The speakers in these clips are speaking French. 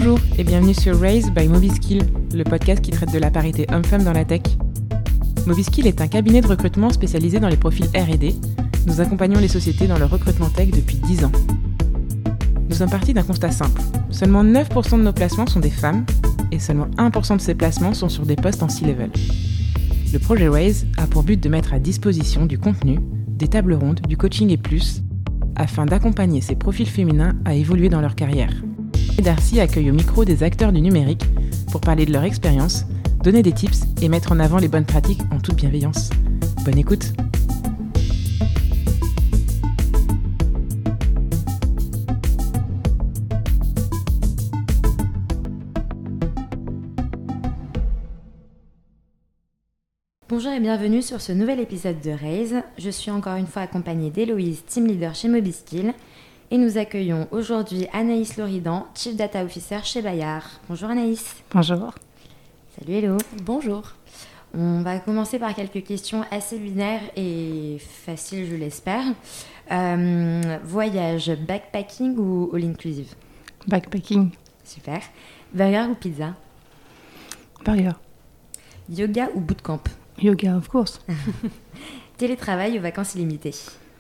Bonjour et bienvenue sur Raise by Mobiskill, le podcast qui traite de la parité homme-femme dans la tech. Mobiskill est un cabinet de recrutement spécialisé dans les profils R&D. Nous accompagnons les sociétés dans leur recrutement tech depuis 10 ans. Nous sommes partis d'un constat simple. Seulement 9% de nos placements sont des femmes et seulement 1% de ces placements sont sur des postes en C-level. Le projet Raise a pour but de mettre à disposition du contenu, des tables rondes, du coaching et plus, afin d'accompagner ces profils féminins à évoluer dans leur carrière. Darcy accueille au micro des acteurs du numérique pour parler de leur expérience, donner des tips et mettre en avant les bonnes pratiques en toute bienveillance. Bonne écoute! Bonjour et bienvenue sur ce nouvel épisode de Raise. Je suis encore une fois accompagnée d'Héloïse, team leader chez Mobiskill. Et nous accueillons aujourd'hui Anaïs Loridan, Chief Data Officer chez Bayard. Bonjour Anaïs. Bonjour. Salut Hélo. Bonjour. On va commencer par quelques questions assez lunaires et faciles, je l'espère. Voyage, backpacking ou all-inclusive? Backpacking. Super. Burger ou pizza? Burger. Yoga ou bootcamp? Yoga, of course. Télétravail ou vacances illimitées?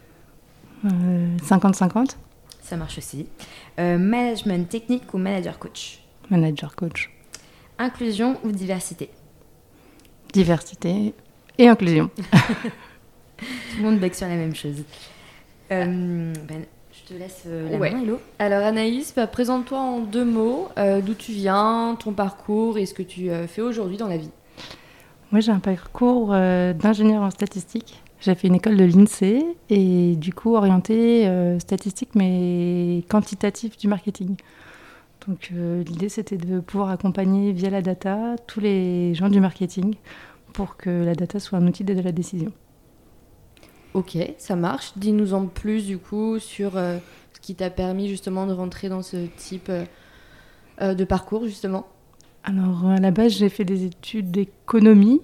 50-50. Ça marche aussi. Management technique ou manager coach? Manager coach. Inclusion ou diversité? Diversité et inclusion. Tout le monde bug sur la même chose. Je te laisse la main, Hélo. Alors Anaïs, présente-toi en 2 mots. D'où tu viens, ton parcours et ce que tu fais aujourd'hui dans la vie. Moi, j'ai un parcours d'ingénieur en statistique. J'ai fait une école de l'INSEE et du coup orientée statistique mais quantitative du marketing. Donc l'idée c'était de pouvoir accompagner via la data tous les gens du marketing pour que la data soit un outil d'aide à la décision. Ok, ça marche. Dis-nous en plus du coup sur ce qui t'a permis justement de rentrer dans ce type de parcours justement. Alors, à la base, j'ai fait des études d'économie,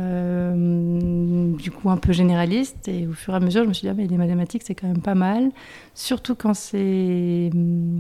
du coup un peu généraliste. Et au fur et à mesure, je me suis dit, mais les mathématiques, c'est quand même pas mal. Surtout quand c'est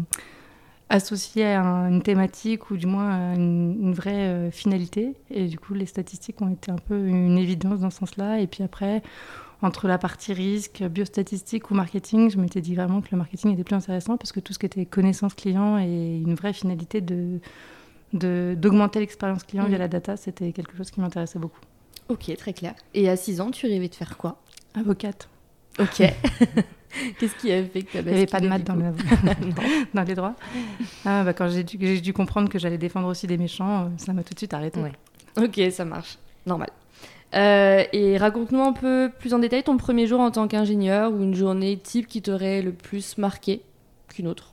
associé à une thématique ou du moins à une vraie finalité. Et du coup, les statistiques ont été un peu une évidence dans ce sens-là. Et puis après, entre la partie risque, biostatistique ou marketing, je m'étais dit vraiment que le marketing était plus intéressant parce que tout ce qui était connaissance client et une vraie finalité d'augmenter l'expérience client via la data, c'était quelque chose qui m'intéressait beaucoup. Ok, très clair. Et à 6 ans, tu rêvais de faire quoi? Avocate. Ok. Qu'est-ce qui a fait que tu as basculé? Il n'y avait pas de maths dans les droits. Quand j'ai dû comprendre que j'allais défendre aussi des méchants, ça m'a tout de suite arrêté. Ouais. Ok, ça marche. Normal. Et raconte-nous un peu plus en détail ton premier jour en tant qu'ingénieur ou une journée type qui t'aurait le plus marqué qu'une autre.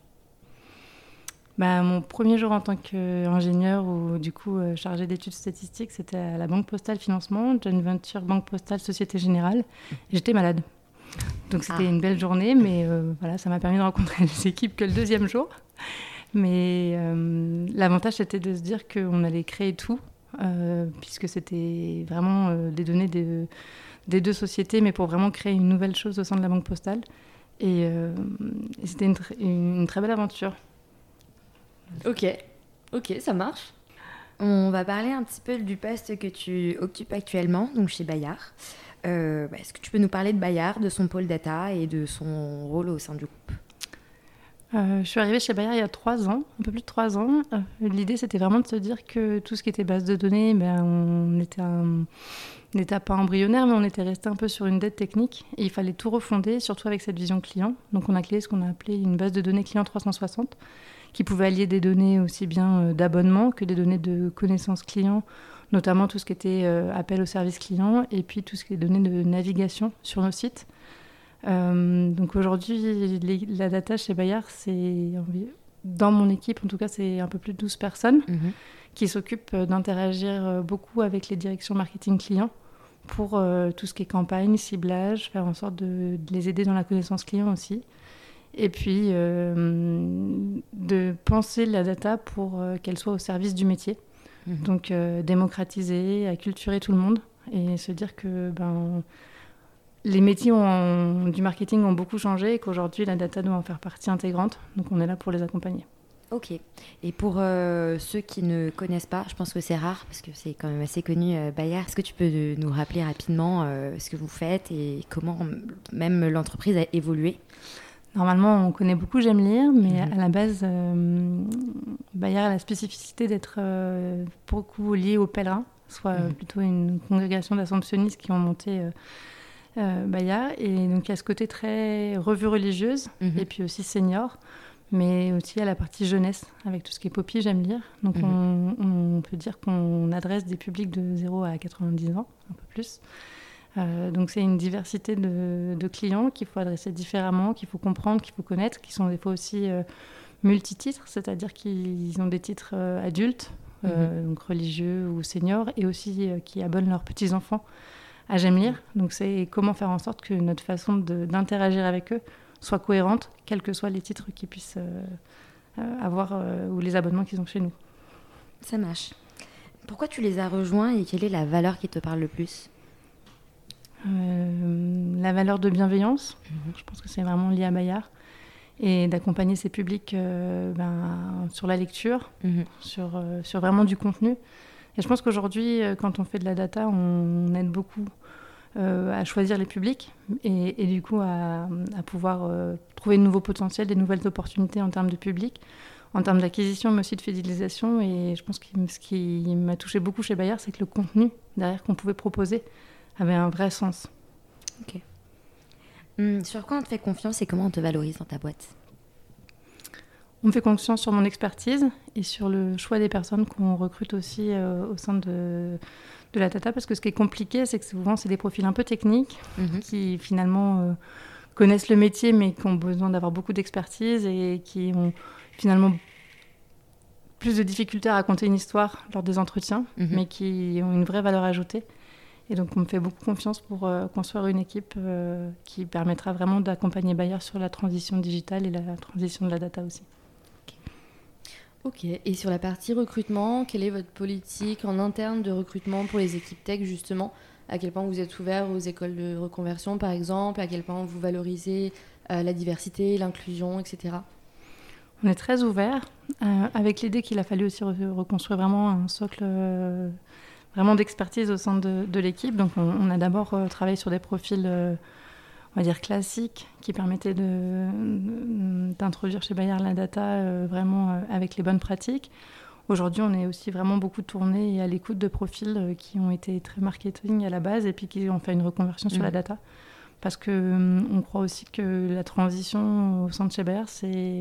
Mon premier jour en tant qu'ingénieur ou du coup chargé d'études statistiques, c'était à la Banque Postale Financement, joint venture Banque Postale Société Générale. Et j'étais malade. Donc c'était une belle journée, mais voilà, ça m'a permis de rencontrer les équipes que le 2e jour. Mais l'avantage, c'était de se dire qu'on allait créer tout, puisque c'était vraiment des données des 2 sociétés, mais pour vraiment créer une nouvelle chose au sein de la Banque Postale. Et c'était une très belle aventure. Ok, ça marche. On va parler un petit peu du poste que tu occupes actuellement, donc chez Bayard. Est-ce que tu peux nous parler de Bayard, de son pôle data et de son rôle au sein du groupe? Je suis arrivée chez Bayard il y a 3 ans, un peu plus de 3 ans. L'idée, c'était vraiment de se dire que tout ce qui était base de données, on était à une étape pas embryonnaire, mais on était resté un peu sur une dette technique. Et il fallait tout refonder, surtout avec cette vision client. Donc on a créé ce qu'on a appelé une base de données client 360, qui pouvait allier des données aussi bien d'abonnement que des données de connaissances clients, notamment tout ce qui était appel au service client et puis tout ce qui est données de navigation sur nos sites. Donc aujourd'hui, la data chez Bayard, dans mon équipe en tout cas, c'est un peu plus de 12 personnes qui s'occupent d'interagir beaucoup avec les directions marketing client pour tout ce qui est campagne, ciblage, faire en sorte de les aider dans la connaissance client aussi. Et puis de penser la data pour qu'elle soit au service du métier. Donc démocratiser, acculturer tout le monde et se dire que les métiers du marketing ont beaucoup changé et qu'aujourd'hui la data doit en faire partie intégrante. Donc on est là pour les accompagner. Ok. Et pour ceux qui ne connaissent pas, je pense que c'est rare parce que c'est quand même assez connu, Bayard. Est-ce que tu peux nous rappeler rapidement ce que vous faites et comment même l'entreprise a évolué? Normalement, on connaît beaucoup J'aime lire, mais à la base, Bayard a la spécificité d'être beaucoup lié aux pèlerins, soit plutôt une congrégation d'assomptionnistes qui ont monté Bayard. Et donc, il y a ce côté très revue religieuse, et puis aussi senior, mais aussi il y a la partie jeunesse, avec tout ce qui est Poppy, J'aime lire. Donc, on peut dire qu'on adresse des publics de 0 à 90 ans, un peu plus. Donc c'est une diversité de clients qu'il faut adresser différemment, qu'il faut comprendre, qu'il faut connaître, qui sont des fois aussi multititres, c'est-à-dire qu'ils ont des titres adultes, donc religieux ou seniors, et aussi qui abonnent leurs petits-enfants à J'aime lire. Donc c'est comment faire en sorte que notre façon d'interagir avec eux soit cohérente, quels que soient les titres qu'ils puissent avoir ou les abonnements qu'ils ont chez nous. Ça marche. Pourquoi tu les as rejoints et quelle est la valeur qui te parle le plus ? La valeur de bienveillance, je pense que c'est vraiment lié à Bayard, et d'accompagner ces publics sur la lecture, sur vraiment du contenu. Et je pense qu'aujourd'hui, quand on fait de la data, on aide beaucoup à choisir les publics et du coup à pouvoir trouver de nouveaux potentiels, des nouvelles opportunités en termes de public, en termes d'acquisition, mais aussi de fidélisation. Et je pense que ce qui m'a touché beaucoup chez Bayard, c'est que le contenu derrière qu'on pouvait proposer avait un vrai sens. Ok. Sur quoi on te fait confiance et comment on te valorise dans ta boîte ? On me fait confiance sur mon expertise et sur le choix des personnes qu'on recrute aussi au sein de la data, parce que ce qui est compliqué, c'est que souvent, c'est des profils un peu techniques qui finalement connaissent le métier, mais qui ont besoin d'avoir beaucoup d'expertise et qui ont finalement plus de difficultés à raconter une histoire lors des entretiens, mais qui ont une vraie valeur ajoutée. Et donc, on me fait beaucoup confiance pour construire une équipe qui permettra vraiment d'accompagner Bayard sur la transition digitale et la transition de la data aussi. Ok, et sur la partie recrutement, quelle est votre politique en interne de recrutement pour les équipes tech, justement ? À quel point vous êtes ouvert aux écoles de reconversion, par exemple ? À quel point vous valorisez la diversité, l'inclusion, etc. On est très ouvert, avec l'idée qu'il a fallu aussi reconstruire vraiment un socle vraiment d'expertise au sein de l'équipe. Donc on a d'abord travaillé sur des profils, on va dire classiques, qui permettaient d'introduire chez Bayard la data vraiment avec les bonnes pratiques. Aujourd'hui, on est aussi vraiment beaucoup tourné et à l'écoute de profils qui ont été très marketing à la base et puis qui ont fait une reconversion sur la data. Parce qu'on croit aussi que la transition au sein de chez Bayard, c'est...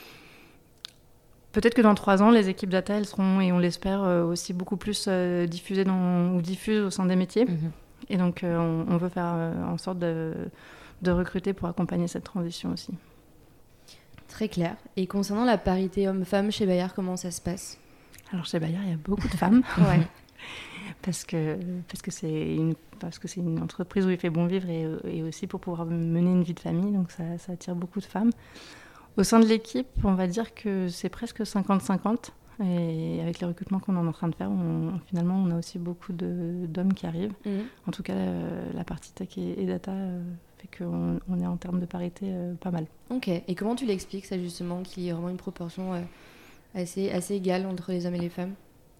Peut-être que dans 3 ans, les équipes data, elles seront, et on l'espère, aussi beaucoup plus diffusées diffusent au sein des métiers. Et donc, on veut faire en sorte de recruter pour accompagner cette transition aussi. Très clair. Et concernant la parité homme-femme chez Bayard, comment ça se passe ? Alors, chez Bayard, il y a beaucoup de femmes. Ouais. Parce que c'est une entreprise où il fait bon vivre et aussi pour pouvoir mener une vie de famille. Donc, ça attire beaucoup de femmes. Au sein de l'équipe, on va dire que c'est presque 50-50. Et avec les recrutements qu'on est en train de faire, finalement, on a aussi beaucoup d'hommes qui arrivent. En tout cas, la partie tech et data fait qu'on est en termes de parité pas mal. Ok. Et comment tu l'expliques, ça, justement, qu'il y ait vraiment une proportion assez égale entre les hommes et les femmes ?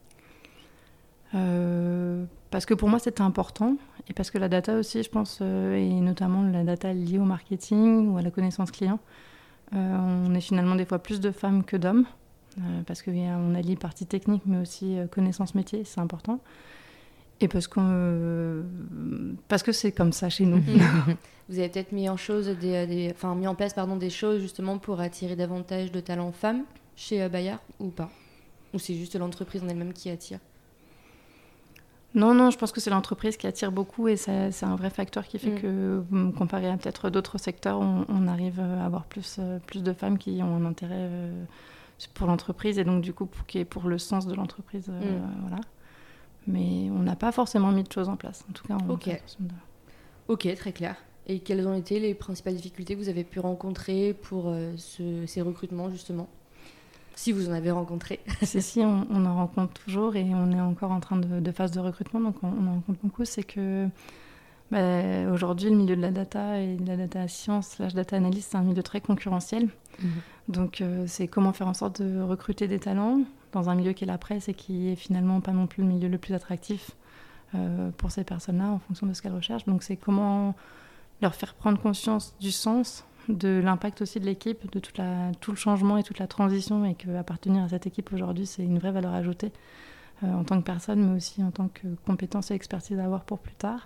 Parce que pour moi, c'était important. Et parce que la data aussi, je pense, et notamment la data liée au marketing ou à la connaissance client, on est finalement des fois plus de femmes que d'hommes, parce qu'on allie partie technique, mais aussi connaissance métier, c'est important. Et parce que c'est comme ça chez nous. Vous avez peut-être mis en place des choses justement pour attirer davantage de talents femmes chez Bayard ou pas ? Ou c'est juste l'entreprise en elle-même qui attire ? Non, je pense que c'est l'entreprise qui attire beaucoup et c'est un vrai facteur qui fait que, comparé à peut-être d'autres secteurs, on arrive à avoir plus de femmes qui ont un intérêt pour l'entreprise et donc du coup pour le sens de l'entreprise. Voilà. Mais on n'a pas forcément mis de choses en place. En tout cas, on fait attention de... Ok, très clair. Et quelles ont été les principales difficultés que vous avez pu rencontrer pour ces recrutements, justement ? Si vous en avez rencontré. Si, on en rencontre toujours et on est encore en train de phase de recrutement, donc on en rencontre beaucoup. C'est que aujourd'hui, le milieu de la data et de la data science / data analyst, c'est un milieu très concurrentiel. Donc c'est comment faire en sorte de recruter des talents dans un milieu qui est la presse et qui est finalement pas non plus le milieu le plus attractif pour ces personnes-là en fonction de ce qu'elles recherchent. Donc c'est comment leur faire prendre conscience du sens, de l'impact aussi de l'équipe, de tout le changement et toute la transition, et qu'appartenir à cette équipe aujourd'hui, c'est une vraie valeur ajoutée en tant que personne, mais aussi en tant que compétence et expertise à avoir pour plus tard.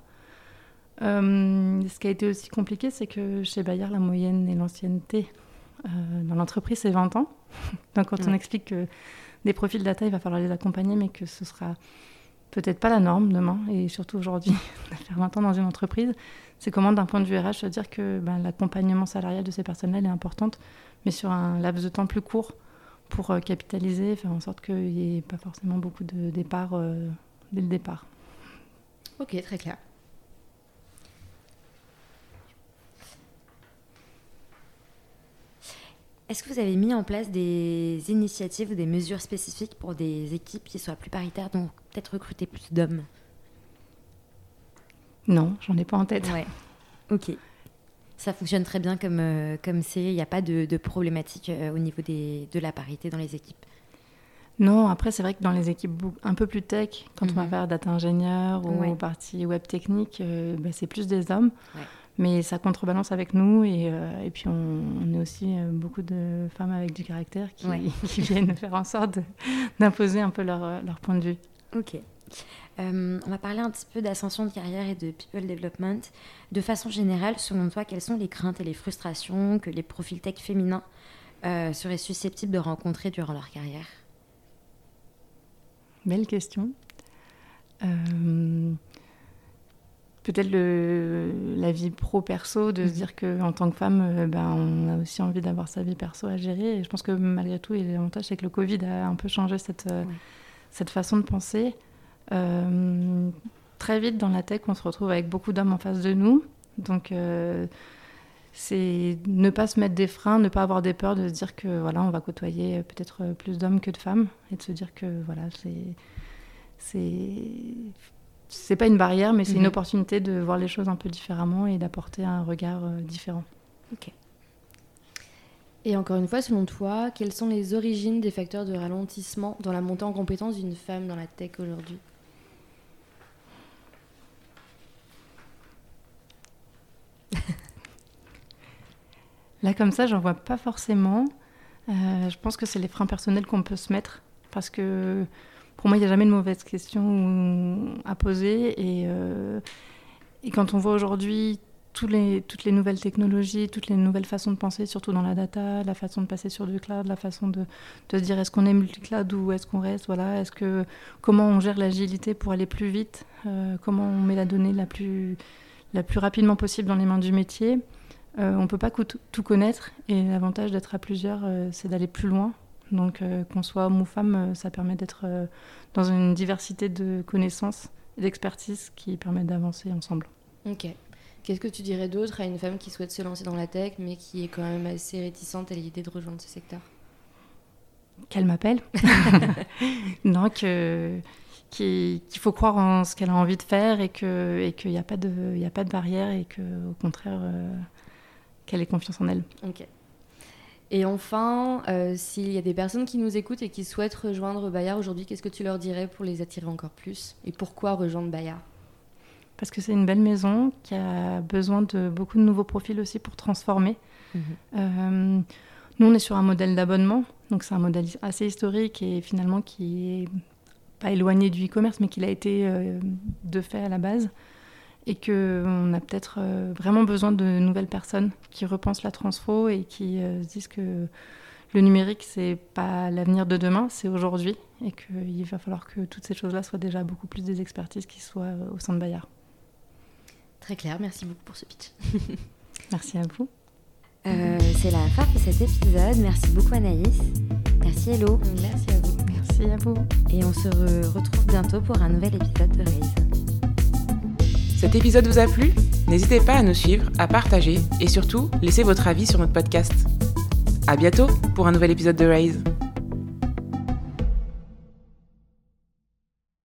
Ce qui a été aussi compliqué, c'est que chez Bayard, la moyenne et l'ancienneté dans l'entreprise, c'est 20 ans. Donc quand on explique que des profils data, il va falloir les accompagner, mais que ce sera peut-être pas la norme demain, et surtout aujourd'hui, de faire 20 ans dans une entreprise, c'est comment, d'un point de vue RH, se dire que l'accompagnement salarial de ces personnes-là est importante, mais sur un laps de temps plus court, pour capitaliser, faire en sorte qu'il n'y ait pas forcément beaucoup de départs dès le départ. Ok, très clair. Est-ce que vous avez mis en place des initiatives ou des mesures spécifiques pour des équipes qui soient plus paritaires, donc peut-être recruter plus d'hommes ? Non, j'en ai pas en tête. Ouais. Ok. Ça fonctionne très bien comme c'est. Il n'y a pas de problématique au niveau de la parité dans les équipes. Non, après c'est vrai que dans les équipes un peu plus tech, quand on va faire data ingénieur ou partie web technique, c'est plus des hommes. Ouais. Mais ça contrebalance avec nous, et puis on est aussi beaucoup de femmes avec du caractère qui viennent faire en sorte d'imposer un peu leur point de vue. Ok. On va parler un petit peu d'ascension de carrière et de people development. De façon générale, selon toi, quelles sont les craintes et les frustrations que les profils tech féminins seraient susceptibles de rencontrer durant leur carrière ? Belle question. Peut-être la vie pro-perso, de se dire qu'en tant que femme, on a aussi envie d'avoir sa vie perso à gérer. Et je pense que malgré tout, l'avantage, c'est que le Covid a un peu changé cette façon de penser. Très vite, dans la tech, on se retrouve avec beaucoup d'hommes en face de nous. Donc, c'est ne pas se mettre des freins, ne pas avoir des peurs, de se dire que voilà, on va côtoyer peut-être plus d'hommes que de femmes. Et de se dire que voilà, c'est pas une barrière, mais c'est une opportunité de voir les choses un peu différemment et d'apporter un regard différent. Ok. Et encore une fois, selon toi, quelles sont les origines des facteurs de ralentissement dans la montée en compétence d'une femme dans la tech aujourd'hui ? Là, comme ça, j'en vois pas forcément. Je pense que c'est les freins personnels qu'on peut se mettre, parce que pour moi, il n'y a jamais de mauvaise question à poser. Et quand on voit aujourd'hui toutes les nouvelles technologies, toutes les nouvelles façons de penser, surtout dans la data, la façon de passer sur du cloud, la façon de se dire est-ce qu'on est multi-cloud ou est-ce qu'on reste, voilà, comment on gère l'agilité pour aller plus vite, comment on met la donnée la plus rapidement possible dans les mains du métier. On ne peut pas tout connaître, et l'avantage d'être à plusieurs, c'est d'aller plus loin. Donc qu'on soit homme ou femme, ça permet d'être dans une diversité de connaissances et d'expertise qui permettent d'avancer ensemble. Ok. Qu'est-ce que tu dirais d'autre à une femme qui souhaite se lancer dans la tech, mais qui est quand même assez réticente à l'idée de rejoindre ce secteur ? Qu'elle m'appelle. Non, qu'il faut croire en ce qu'elle a envie de faire, et qu'il n'y a pas de barrière, et qu'au contraire, qu'elle ait confiance en elle. Ok. Et enfin, s'il y a des personnes qui nous écoutent et qui souhaitent rejoindre Bayard aujourd'hui, qu'est-ce que tu leur dirais pour les attirer encore plus ? Et pourquoi rejoindre Bayard ? Parce que c'est une belle maison qui a besoin de beaucoup de nouveaux profils aussi pour transformer. Nous, on est sur un modèle d'abonnement, donc c'est un modèle assez historique et finalement qui est pas éloigné du e-commerce, mais qui l'a été de fait à la base. Et qu'on a peut-être vraiment besoin de nouvelles personnes qui repensent la transfo et qui se disent que le numérique, c'est pas l'avenir de demain, c'est aujourd'hui, et qu'il va falloir que toutes ces choses-là soient déjà beaucoup plus des expertises qui soient au sein de Bayard. Très clair, merci beaucoup pour ce pitch. Merci à vous. C'est la fin de cet épisode. Merci beaucoup Anaïs. Merci Hello. Merci à vous. Merci à vous. Et on se retrouve bientôt pour un nouvel épisode de Raise. Cet épisode vous a plu ? N'hésitez pas à nous suivre, à partager et surtout, laissez votre avis sur notre podcast. À bientôt pour un nouvel épisode de Raise.